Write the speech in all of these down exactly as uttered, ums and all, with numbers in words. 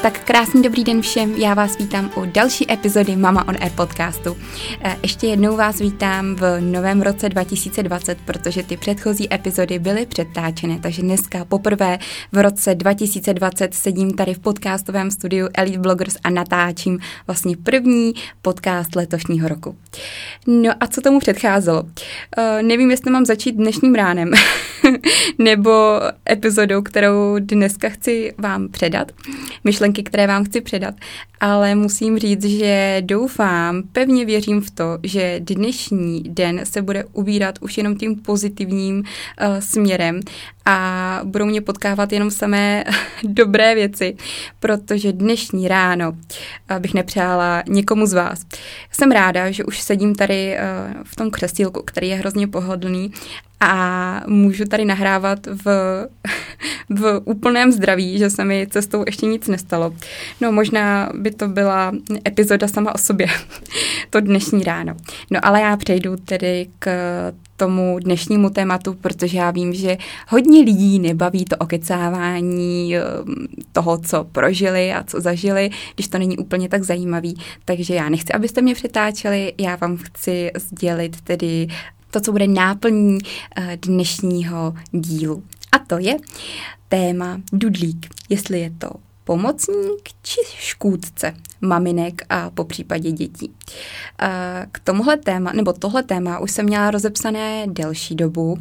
Tak krásný dobrý den všem, já vás vítám u další epizody Mama on Air podcastu. Ještě jednou vás vítám v novém roce dva tisíce dvacet, protože ty předchozí epizody byly předtáčené, takže dneska poprvé v roce dva tisíce dvacet sedím tady v podcastovém studiu Elite Bloggers a natáčím vlastně první podcast letošního roku. No a co tomu předcházelo? Uh, nevím, jestli mám začít dnešním ránem, nebo epizodou, kterou dneska chci vám předat, myšlenky, které vám chci předat, ale musím říct, že doufám, pevně věřím v to, že dnešní den se bude ubírat už jenom tím pozitivním uh, směrem a budou mě potkávat jenom samé dobré věci, protože dnešní ráno uh, bych nepřála někomu z vás. Jsem ráda, že už sedím tady uh, v tom křesílku, který je hrozně pohodlný a můžu tady nahrávat v, v úplném zdraví, že se mi cestou ještě nic nestalo. No možná by to byla epizoda sama o sobě, to dnešní ráno. No ale já přejdu tedy k tomu dnešnímu tématu, protože já vím, že hodně lidí nebaví to okecávání toho, co prožili a co zažili, když to není úplně tak zajímavý. Takže já nechci, abyste mě přetáčeli, já vám chci sdělit tedy to, co bude náplní dnešního dílu. A to je téma dudlík, jestli je to pomocník či škůdce maminek a popřípadě dětí. K tomuhle téma, nebo tohle téma už jsem měla rozepsané delší dobu,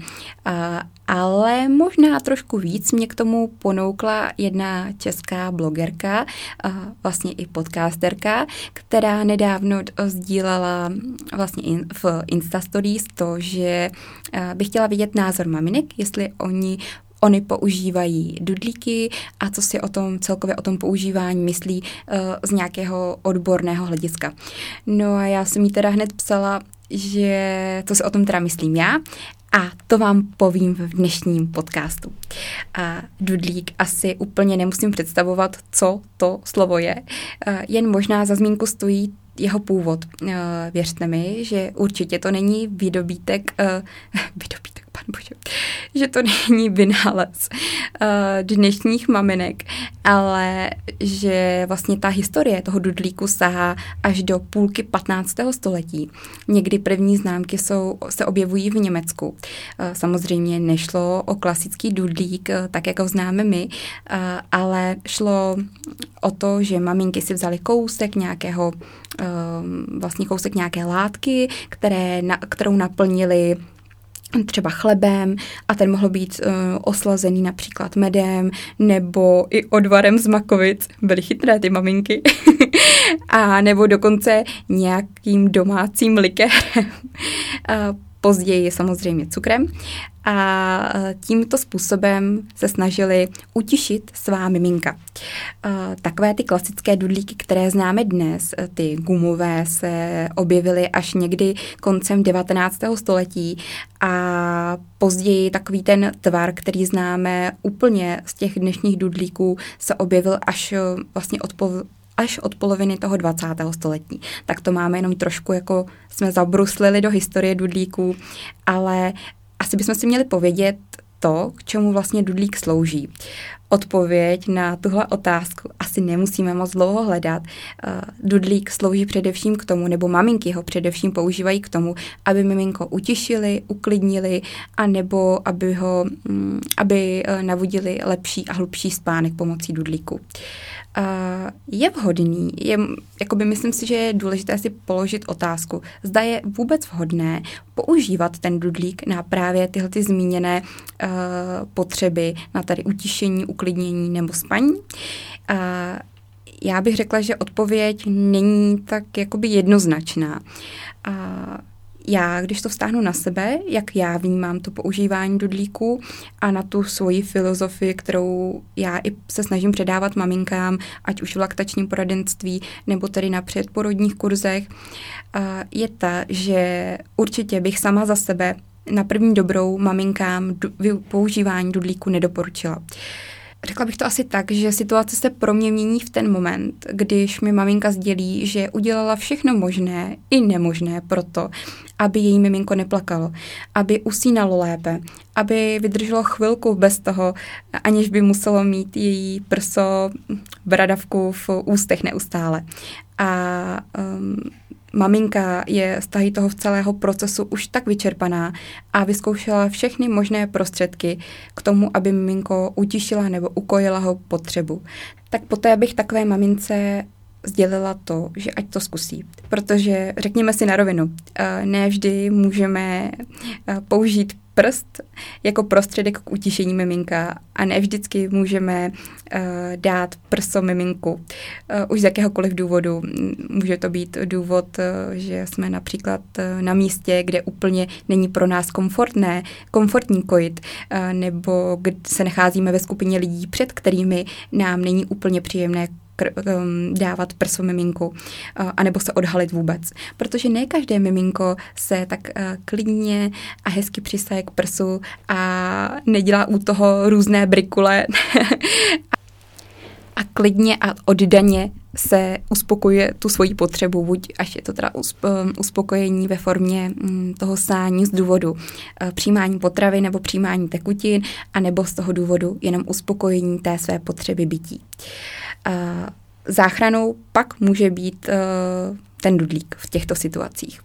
ale možná trošku víc mě k tomu ponoukla jedna česká blogerka, vlastně i podcasterka, která nedávno sdílela vlastně v Instastories to, že by chtěla vidět názor maminek, jestli oni Oni používají dudlíky a co si o tom celkově o tom používání myslí uh, z nějakého odborného hlediska. No a já jsem jí teda hned psala, že co si o tom teda myslím já a to vám povím v dnešním podcastu. A dudlík asi úplně nemusím představovat, co to slovo je, uh, jen možná za zmínku stojí jeho původ. Uh, věřte mi, že určitě to není výdobítek, uh, výdobítek, pan bože, že to není vynález uh, dnešních maminek, ale že vlastně ta historie toho dudlíku sahá až do půlky patnáctého století. Někdy první známky jsou, se objevují v Německu. Uh, samozřejmě nešlo o klasický dudlík, uh, tak jak ho známe my, uh, ale šlo o to, že maminky si vzaly kousek nějakého vlastně kousek nějaké látky, které, na, kterou naplnili třeba chlebem a ten mohl být uh, oslazený například medem nebo i odvarem z makovic. Byly chytré ty maminky. A nebo dokonce nějakým domácím likérem. Uh, později samozřejmě cukrem. A tímto způsobem se snažili utišit svá miminka. Takové ty klasické dudlíky, které známe dnes, ty gumové, se objevily až někdy koncem devatenáctého století a později takový ten tvar, který známe úplně z těch dnešních dudlíků, se objevil až vlastně od po až od poloviny toho dvacátého století. Tak to máme jenom trošku, jako jsme zabruslili do historie dudlíků, ale asi bychom si měli povědět to, k čemu vlastně dudlík slouží. Odpověď na tuhle otázku asi nemusíme moc dlouho hledat. Dudlík slouží především k tomu, nebo maminky ho především používají k tomu, aby miminko utišili, uklidnili, anebo aby ho, aby navodili lepší a hlubší spánek pomocí dudlíku. Je vhodný, je, jakoby myslím si, že je důležité si položit otázku, zda je vůbec vhodné používat ten dudlík na právě tyhle ty zmíněné uh, potřeby, na tady utišení, uklidnění nebo spaní. Uh, já bych řekla, že odpověď není tak jakoby jednoznačná. Uh, Já, když to vztáhnu na sebe, jak já vnímám to používání dudlíku a na tu svoji filozofii, kterou já i se snažím předávat maminkám, ať už v laktačním poradenství nebo tedy na předporodních kurzech, je ta, že určitě bych sama za sebe na první dobrou maminkám du- používání dudlíku nedoporučila. Řekla bych to asi tak, že situace se pro mě mění v ten moment, když mi maminka sdělí, že udělala všechno možné i nemožné pro to, aby její miminko neplakalo, aby usínalo lépe, aby vydrželo chvilku bez toho, aniž by muselo mít její prso, bradavku v ústech neustále. A um, maminka je z tahy toho celého procesu už tak vyčerpaná a vyzkoušela všechny možné prostředky k tomu, aby miminko utišila nebo ukojila ho potřebu. Tak poté bych takové mamince sdělila to, že ať to zkusí. Protože řekněme si na rovinu, ne vždy můžeme použít prst jako prostředek k utišení miminka a ne vždycky můžeme uh, dát prso miminku. Uh, už z jakéhokoliv důvodu. Může to být důvod, uh, že jsme například uh, na místě, kde úplně není pro nás komfortné, komfortní kojit, uh, nebo se nacházíme ve skupině lidí, před kterými nám není úplně příjemné dávat prso miminku, anebo se odhalit vůbec. Protože ne každé miminko se tak klidně a hezky přisaje k prsu a nedělá u toho různé brikule a klidně a oddaně se uspokojuje tu svoji potřebu, buď až je to teda uspokojení ve formě toho sání z důvodu přijímání potravy nebo přijímání tekutin, anebo z toho důvodu jenom uspokojení té své potřeby bytí. Záchranou pak může být ten dudlík v těchto situacích.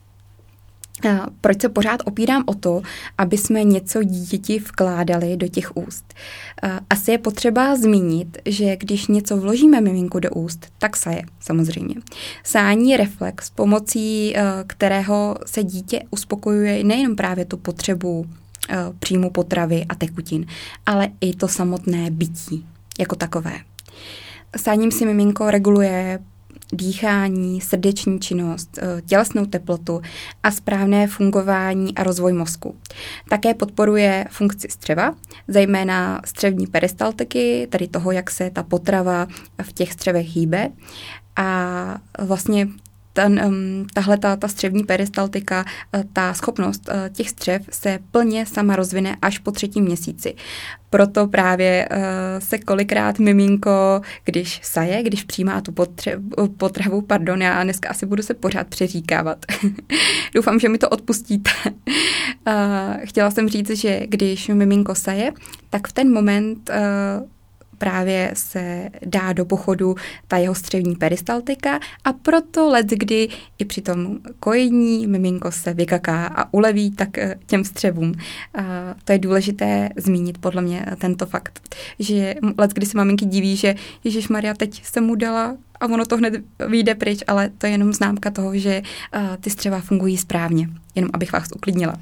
Proč se pořád opírám o to, aby jsme něco dítěti vkládali do těch úst? Asi je potřeba zmínit, že když něco vložíme miminku do úst, tak saje, samozřejmě. Sání je reflex, pomocí kterého se dítě uspokojuje nejen právě tu potřebu příjmu potravy a tekutin, ale i to samotné bytí jako takové. Sáním si miminko reguluje dýchání, srdeční činnost, tělesnou teplotu a správné fungování a rozvoj mozku. Také podporuje funkci střeva, zejména střevní peristaltiky, tedy toho, jak se ta potrava v těch střevech hýbe. A vlastně ten, um, tahle ta, ta střevní peristaltika, ta schopnost uh, těch střev se plně sama rozvine až po třetím měsíci. Proto právě uh, se kolikrát miminko, když saje, když přijímá tu potře- potravu, pardon, já dneska asi budu se pořád přeříkávat. Doufám, že mi to odpustíte. uh, chtěla jsem říct, že když miminko saje, tak v ten moment uh, právě se dá do pochodu ta jeho střevní peristaltika a proto leckdy i při tom kojení miminko se vykaká a uleví tak těm střevům. A to je důležité zmínit podle mě tento fakt, že leckdy se maminky diví, že Ježišmarja, teď jsem mu dala a ono to hned vyjde pryč, ale to je jenom známka toho, že ty střeva fungují správně, jenom abych vás uklidnila.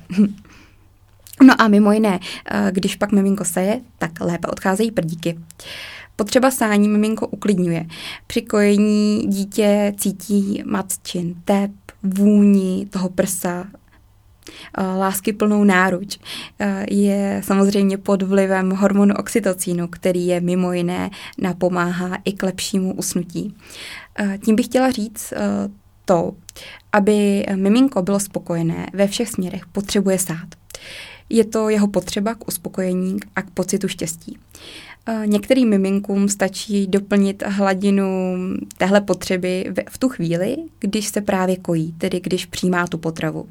No a mimo jiné, když pak miminko saje, tak lépe odcházejí prdíky. Potřeba sání miminko uklidňuje. Při kojení dítě cítí matčin, tep, vůni toho prsa, lásky plnou náruč. Je samozřejmě pod vlivem hormonu oxytocínu, který je mimo jiné napomáhá i k lepšímu usnutí. Tím bych chtěla říct to, aby miminko bylo spokojené ve všech směrech, potřebuje sát. Je to jeho potřeba k uspokojení a k pocitu štěstí. Některým miminkům stačí doplnit hladinu téhle potřeby v tu chvíli, když se právě kojí, tedy když přijímá tu potravu.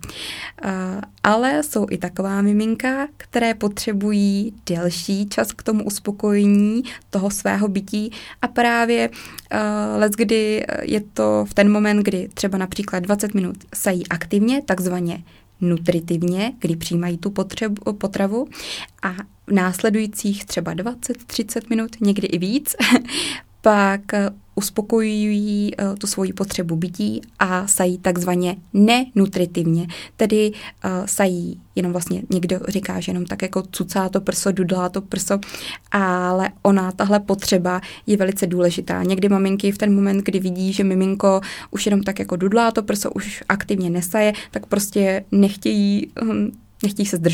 Ale jsou i taková miminka, které potřebují delší čas k tomu uspokojení toho svého bytí a právě leckdy je to v ten moment, kdy třeba například dvacet minut sají aktivně, takzvaně nutritivně, kdy přijímají tu potřebu, potravu a v následujících třeba dvacet třicet minut, někdy i víc, pak uspokojují tu svoji potřebu bytí a sají takzvaně nenutritivně, tedy uh, sají, jenom vlastně někdo říká, že jenom tak jako cucá to prso, dudlá to prso, ale ona, tahle potřeba je velice důležitá. Někdy maminky v ten moment, kdy vidí, že miminko už jenom tak jako dudlá to prso, už aktivně nesaje, tak prostě nechtějí, um, nechtějí se zdržovat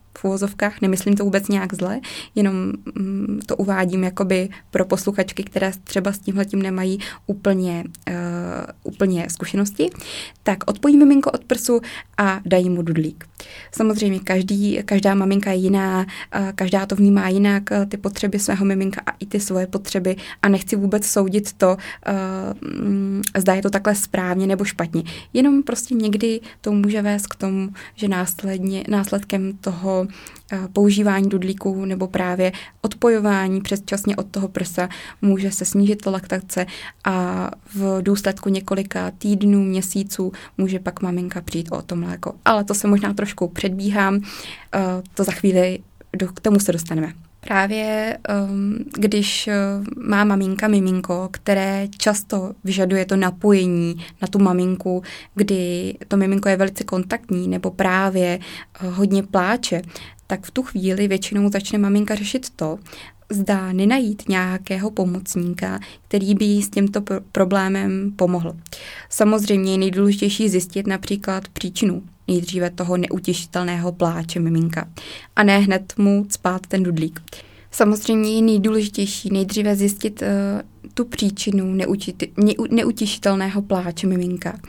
v uvozovkách, nemyslím to vůbec nějak zle, jenom mm, to uvádím jakoby pro posluchačky, které třeba s tímhletím nemají úplně, uh, úplně zkušenosti, tak odpojí miminko od prsu a dají mu dudlík. Samozřejmě každý, každá maminka je jiná, uh, každá to vnímá jinak, uh, ty potřeby svého miminka a i ty svoje potřeby a nechci vůbec soudit to, uh, mm, zda je to takhle správně nebo špatně. Jenom prostě někdy to může vést k tomu, že následně, následkem toho používání dudlíků nebo právě odpojování předčasně od toho prsa může se snížit laktace a v důsledku několika týdnů, měsíců může pak maminka přijít o to mléko. Ale to se možná trošku předbíhám, to za chvíli k tomu se dostaneme. Právě um, když uh, má maminka miminko, které často vyžaduje to napojení na tu maminku, kdy to miminko je velice kontaktní nebo právě uh, hodně pláče, tak v tu chvíli většinou začne maminka řešit to, zda nenajít nějakého pomocníka, který by jí s tímto pro- problémem pomohl. Samozřejmě je nejdůležitější zjistit například příčinu nejdříve toho neutěšitelného pláče miminka a ne hned mu cpát ten dudlík. Samozřejmě je nejdůležitější nejdříve zjistit uh, tu příčinu neučit, ne, neutěšitelného pláče miminka.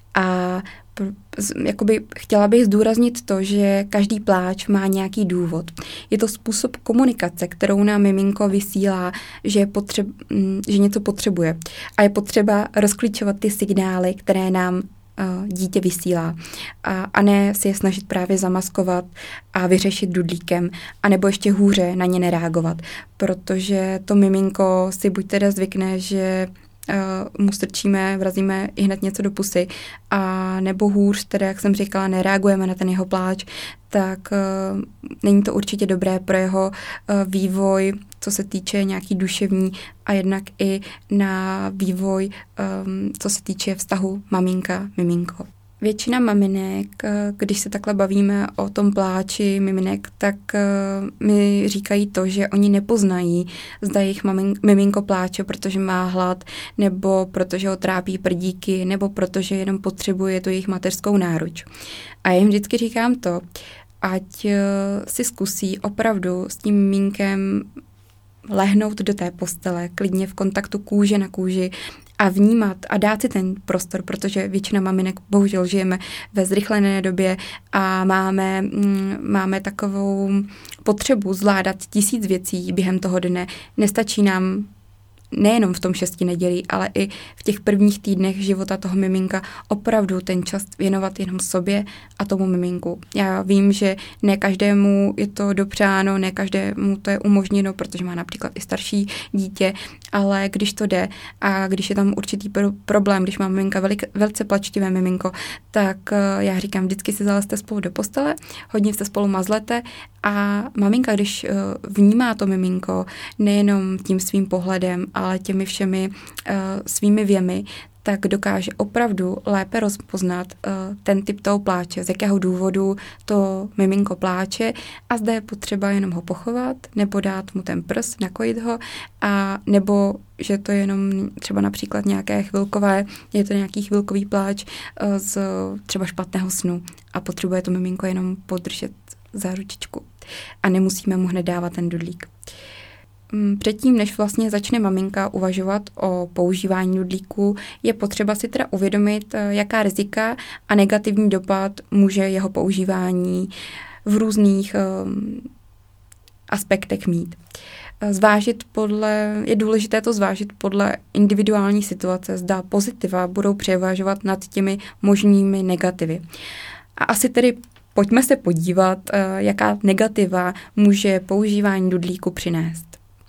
A jakoby chtěla bych zdůraznit to, že každý pláč má nějaký důvod. Je to způsob komunikace, kterou nám miminko vysílá, že, potřeb, že něco potřebuje. A je potřeba rozklíčovat ty signály, které nám dítě vysílá a, a ne si je snažit právě zamaskovat a vyřešit dudlíkem, anebo ještě hůře na ně nereagovat, protože to miminko si buď teda zvykne, že uh, mu strčíme, vrazíme i hned něco do pusy a nebo hůř, teda jak jsem říkala, nereagujeme na ten jeho pláč, tak uh, není to určitě dobré pro jeho uh, vývoj, co se týče nějaký duševní a jednak i na vývoj, um, co se týče vztahu maminka-miminko. Většina maminek, když se takhle bavíme o tom pláči miminek, tak uh, mi říkají to, že oni nepoznají, zda jejich mamin, miminko pláče, protože má hlad, nebo protože ho trápí prdíky, nebo protože jenom potřebuje tu jejich mateřskou náruč. A já jim vždycky říkám to, ať uh, si zkusí opravdu s tím miminkem lehnout do té postele, klidně v kontaktu kůže na kůži a vnímat a dát si ten prostor, protože většina maminek, bohužel žijeme ve zrychlené době a máme, mm, máme takovou potřebu zvládat tisíc věcí během toho dne. Nestačí nám nejenom v tom šesti nedělí, ale i v těch prvních týdnech života toho miminka opravdu ten čas věnovat jenom sobě a tomu miminku. Já vím, že ne každému je to dopřáno, ne každému to je umožněno, protože má například i starší dítě, ale když to jde a když je tam určitý pro- problém, když má miminka velik, velice plačtivé miminko, tak uh, já říkám, vždycky si zalezte spolu do postele, hodně se spolu mazlete a maminka, když uh, vnímá to miminko nejenom tím svým pohledem, ale těmi všemi uh, svými věmi, tak dokáže opravdu lépe rozpoznat uh, ten typ toho pláče, z jakého důvodu to miminko pláče a zde je potřeba jenom ho pochovat, nebo dát mu ten prs, nakojit ho, a nebo že to je jenom třeba například nějaké chvilkové, je to nějaký chvilkový pláč uh, z třeba špatného snu a potřebuje to miminko jenom podržet za ručičku a nemusíme mu hned dávat ten dudlík. Předtím, než vlastně začne maminka uvažovat o používání dudlíku, je potřeba si teda uvědomit, jaká rizika a negativní dopad může jeho používání v různých um, aspektech mít. Zvážit podle, je důležité to zvážit podle individuální situace, zda pozitiva budou převažovat nad těmi možnými negativy. A asi tedy pojďme se podívat, jaká negativa může používání dudlíku přinést.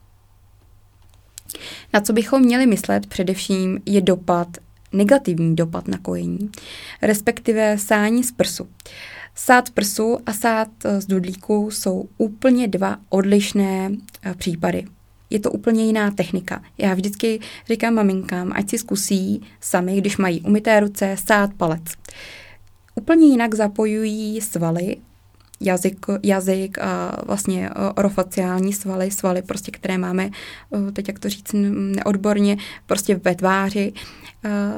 Na co bychom měli myslet především je dopad, negativní dopad na kojení, respektive sání z prsu. Sát prsu a sát z dudlíku jsou úplně dva odlišné případy. Je to úplně jiná technika. Já vždycky říkám maminkám, ať si zkusí sami, když mají umyté ruce, sát palec. Úplně jinak zapojují svaly, jazyk, jazyk a vlastně orofaciální svaly, svaly prostě, které máme, teď jak to říct neodborně, prostě ve tváři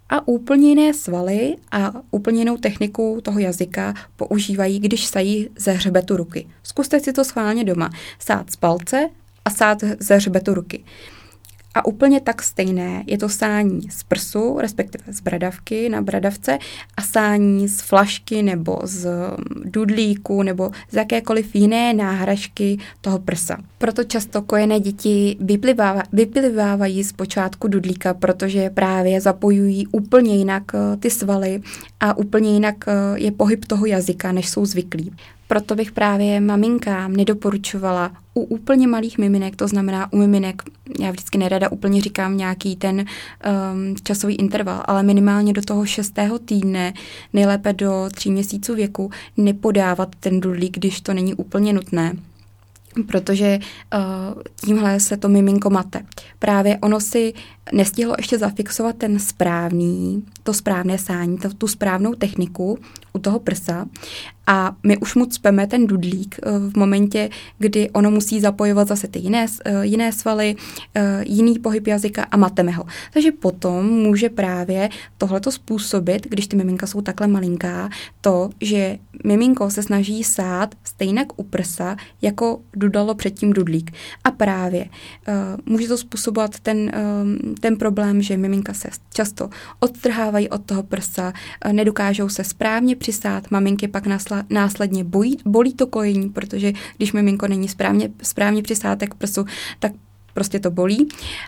A úplně jiné svaly a úplně jinou techniku toho jazyka používají, když sají ze hřbetu ruky. Zkuste si to schválně doma. Sát z palce a sát ze hřbetu ruky. A úplně tak stejné je to sání z prsu, respektive z bradavky na bradavce a sání z flašky nebo z dudlíku nebo z jakékoliv jiné náhražky toho prsa. Proto často kojené děti vyplivávají z počátku dudlíka, protože právě zapojují úplně jinak ty svaly a úplně jinak je pohyb toho jazyka, než jsou zvyklí. Proto bych právě maminkám nedoporučovala u úplně malých miminek, to znamená u miminek, já vždycky nerada úplně říkám nějaký ten um, časový interval, ale minimálně do toho šestého týdne, nejlépe do tří měsíců věku, nepodávat ten dudlík, když to není úplně nutné. Protože uh, tímhle se to miminko mate. Právě ono si nestihlo ještě zafixovat ten správný, to správné sání, to, tu správnou techniku u toho prsa a my už mu cpeme ten dudlík uh, v momentě, kdy ono musí zapojovat zase ty jiné, uh, jiné svaly, uh, jiný pohyb jazyka a mateme ho. Takže potom může právě tohleto způsobit, když ty miminka jsou takhle malinká, to, že miminko se snaží sát stejnak u prsa, jako dudalo předtím dudlík. A právě uh, může to způsobovat ten, uh, ten problém, že miminka se často odtrhávají od toho prsa, uh, nedokážou se správně přisát, maminky pak násla, následně bojí, bolí to kojení, protože když miminko není správně, správně přisáté k prsu, tak prostě to bolí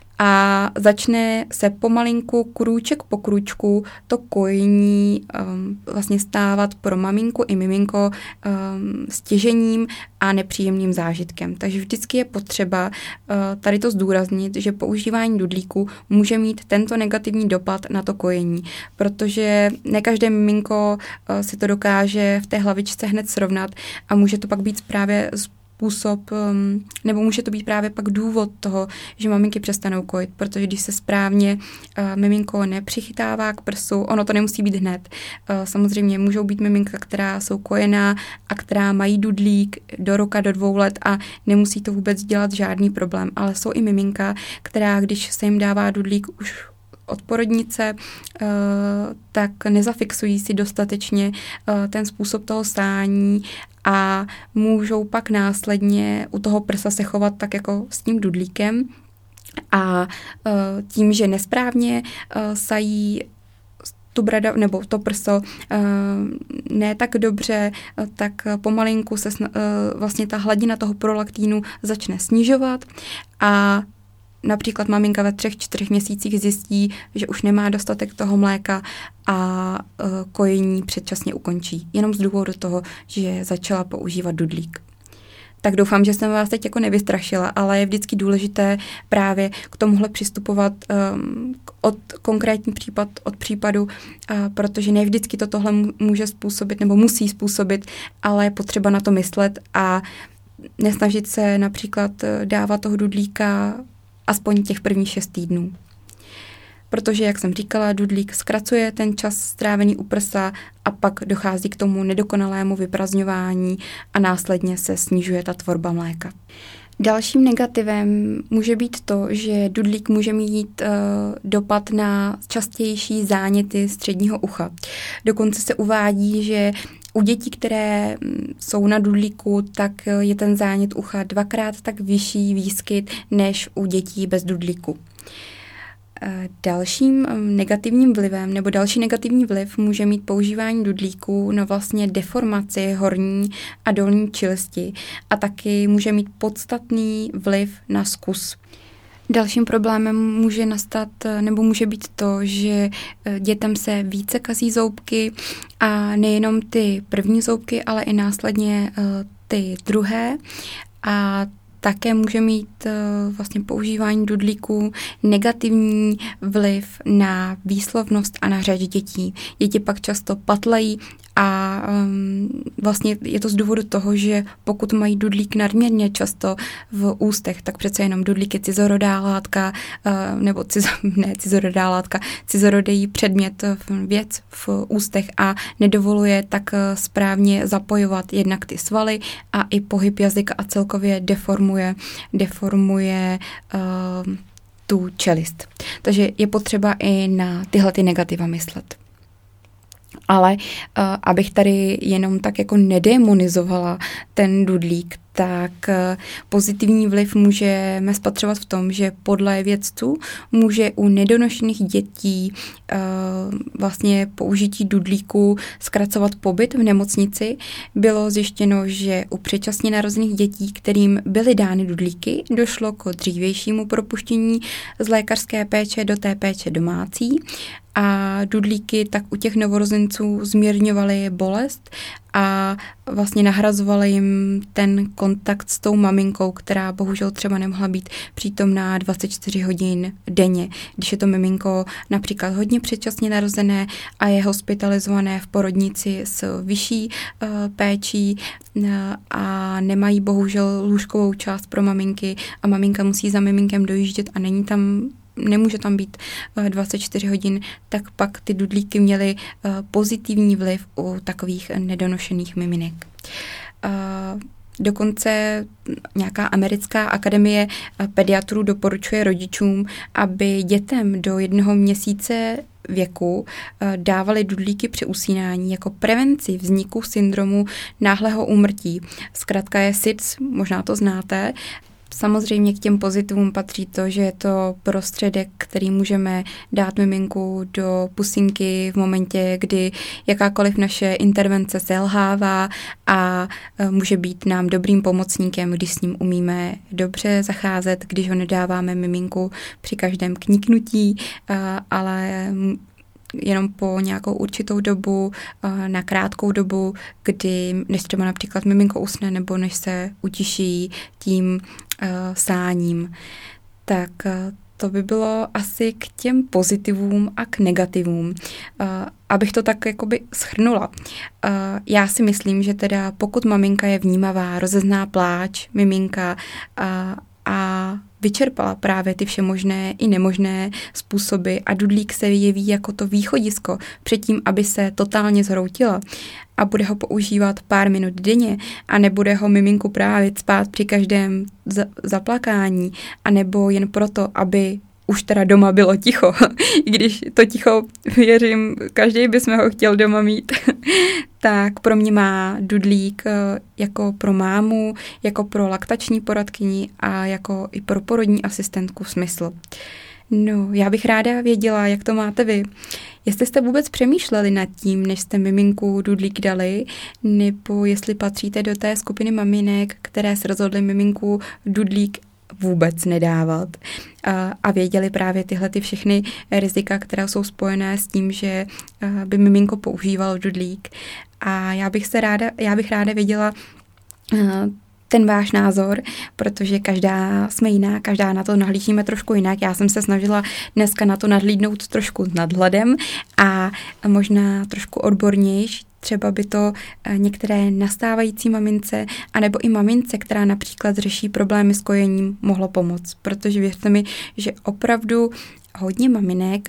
a začne se pomalinku, krůček po krůčku, to kojení um, vlastně stávat pro maminku i miminko um, stěžením a nepříjemným zážitkem. Takže vždycky je potřeba uh, tady to zdůraznit, že používání dudlíku může mít tento negativní dopad na to kojení, protože ne každé miminko uh, si to dokáže v té hlavičce hned srovnat a může to pak být právě způsob, nebo může to být právě pak důvod toho, že maminky přestanou kojit, protože když se správně uh, miminko nepřichytává k prsu, ono to nemusí být hned. Uh, samozřejmě můžou být miminka, která jsou kojená a která mají dudlík do roka, do dvou let a nemusí to vůbec dělat žádný problém, ale jsou i miminka, která, když se jim dává dudlík už od porodnice, uh, tak nezafixují si dostatečně uh, ten způsob toho sání a můžou pak následně u toho prsa se chovat tak jako s tím dudlíkem a uh, tím, že nesprávně uh, sají tu brada, nebo to prso uh, ne tak dobře, uh, tak pomalinku se sna- uh, vlastně ta hladina toho prolaktínu začne snižovat a například maminka ve třech, čtyřech měsících zjistí, že už nemá dostatek toho mléka a uh, kojení předčasně ukončí. Jenom z důvodu toho, že začala používat dudlík. Tak doufám, že jsem vás teď jako nevystrašila, ale je vždycky důležité právě k tomuhle přistupovat um, od konkrétní případ od případu, uh, protože ne vždycky to tohle může způsobit nebo musí způsobit, ale je potřeba na to myslet a nesnažit se například dávat toho dudlíka aspoň těch prvních šest týdnů. Protože, jak jsem říkala, dudlík zkracuje ten čas strávený u prsa a pak dochází k tomu nedokonalému vyprazňování a následně se snižuje ta tvorba mléka. Dalším negativem může být to, že dudlík může mít uh, dopad na častější záněty středního ucha. Dokonce se uvádí, že u dětí, které jsou na dudlíku, tak je ten zánět ucha dvakrát tak vyšší výskyt než u dětí bez dudlíku. Dalším negativním vlivem, nebo další negativní vliv může mít používání dudlíku na vlastně deformaci horní a dolní čelisti a taky může mít podstatný vliv na zkus. Dalším problémem může nastat, nebo může být to, že dětem se více kazí zoubky a nejenom ty první zoubky, ale i následně ty druhé a také může mít uh, vlastně používání dudlíků negativní vliv na výslovnost a na řeč dětí. Děti pak často patlají a um, vlastně je to z důvodu toho, že pokud mají dudlík nadměrně často v ústech, tak přece jenom dudlík je cizorodá látka, uh, nebo cizo, ne cizorodá látka, cizorodý předmět, věc v ústech a nedovoluje tak uh, správně zapojovat jednak ty svaly a i pohyb jazyka a celkově deformuje, deformuje uh, tu čelist. Takže je potřeba i na tyhle ty negativa myslet. Ale uh, abych tady jenom tak jako nedemonizovala ten dudlík, tak uh, pozitivní vliv můžeme spatřovat v tom, že podle vědců může u nedonošených dětí uh, vlastně použití dudlíku zkracovat pobyt v nemocnici. Bylo zjištěno, že u předčasně narozených dětí, kterým byly dány dudlíky, došlo k dřívějšímu propuštění z lékařské péče do té péče domácí. A dudlíky tak u těch novorozenců zmírňovaly bolest a vlastně nahrazovaly jim ten kontakt s tou maminkou, která bohužel třeba nemohla být přítomná dvacet čtyři hodin denně. Když je to miminko například hodně předčasně narozené a je hospitalizované v porodnici s vyšší uh, péčí uh, a nemají bohužel lůžkovou část pro maminky a maminka musí za miminkem dojíždět a není tam nemůže tam být dvacet čtyři hodin, tak pak ty dudlíky měly pozitivní vliv u takových nedonošených miminek. Dokonce nějaká americká akademie pediatrů doporučuje rodičům, aby dětem do jednoho měsíce věku dávali dudlíky při usínání jako prevenci vzniku syndromu náhlého úmrtí. Zkrátka je S I D S, možná to znáte. Samozřejmě k těm pozitivům patří to, že je to prostředek, který můžeme dát miminku do pusinky v momentě, kdy jakákoliv naše intervence selhává a může být nám dobrým pomocníkem, když s ním umíme dobře zacházet, když ho nedáváme miminku při každém kniknutí, ale jenom po nějakou určitou dobu, na krátkou dobu, kdy než třeba například miminko usne nebo než se utiší tím uh, sáním. Tak uh, to by bylo asi k těm pozitivům a k negativům. Uh, abych to tak jakoby shrnula. Uh, já si myslím, že teda pokud maminka je vnímavá, rozezná pláč miminka uh, a vyčerpala právě ty všemožné i nemožné způsoby a dudlík se jeví jako to východisko předtím, aby se totálně zhroutila a bude ho používat pár minut denně a nebude ho miminku právě spát při každém zaplakání a nebo jen proto, aby už teda doma bylo ticho, i když to ticho, věřím, každý bychom ho chtěl doma mít, tak pro mě má dudlík jako pro mámu, jako pro laktační poradkyni a jako i pro porodní asistentku smysl. No, já bych ráda věděla, jak to máte vy. Jestli jste vůbec přemýšleli nad tím, než jste miminku dudlík dali, nebo jestli patříte do té skupiny maminek, které se rozhodly miminku dudlík vůbec nedávat a, a věděli právě tyhle ty všechny rizika, které jsou spojené s tím, že by miminko používalo dudlík. A já bych se ráda, já bych ráda věděla ten váš názor, protože každá jsme jiná, každá na to nahlížíme trošku jinak. Já jsem se snažila dneska na to nadhlídnout trošku nadhledem a možná trošku odbornější. Třeba by to některé nastávající mamince, anebo i mamince, která například řeší problémy s kojením, mohlo pomoct. Protože věřte mi, že opravdu hodně maminek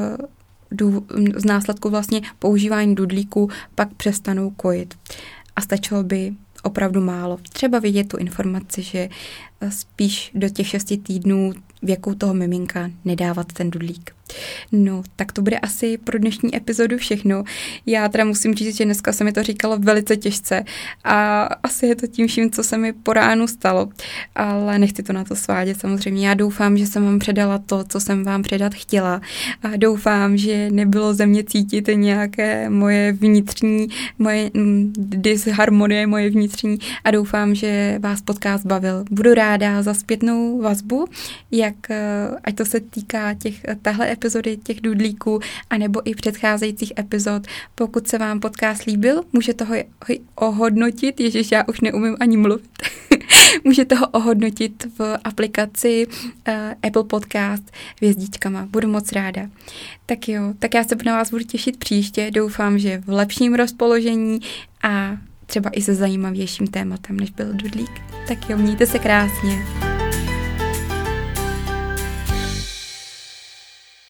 z následku vlastně používání dudlíku pak přestanou kojit. A stačilo by opravdu málo. Třeba vidět tu informaci, že spíš do těch šesti týdnů věku toho miminka nedávat ten dudlík. No, tak to bude asi pro dnešní epizodu všechno. Já teda musím říct, že dneska se mi to říkalo velice těžce a asi je to tím vším, co se mi po ránu stalo, ale nechci to na to svádět samozřejmě. Já doufám, že jsem vám předala to, co jsem vám předat chtěla a doufám, že nebylo ze mě cítit nějaké moje vnitřní, moje mm, disharmonie, moje vnitřní a doufám, že vás podcast bavil. Budu ráda za zpětnou vazbu, jak ať to se týká těch tahle epizody, těch dudlíků, anebo i předcházejících epizod. Pokud se vám podcast líbil, můžete ho ohodnotit, ježiš, já už neumím ani mluvit, můžete ho ohodnotit v aplikaci uh, Apple Podcast hvězdičkama. Budu moc ráda. Tak jo, tak já se na vás budu těšit příště. Doufám, že v lepším rozpoložení a třeba i se zajímavějším tématem, než byl dudlík. Tak jo, mějte se krásně.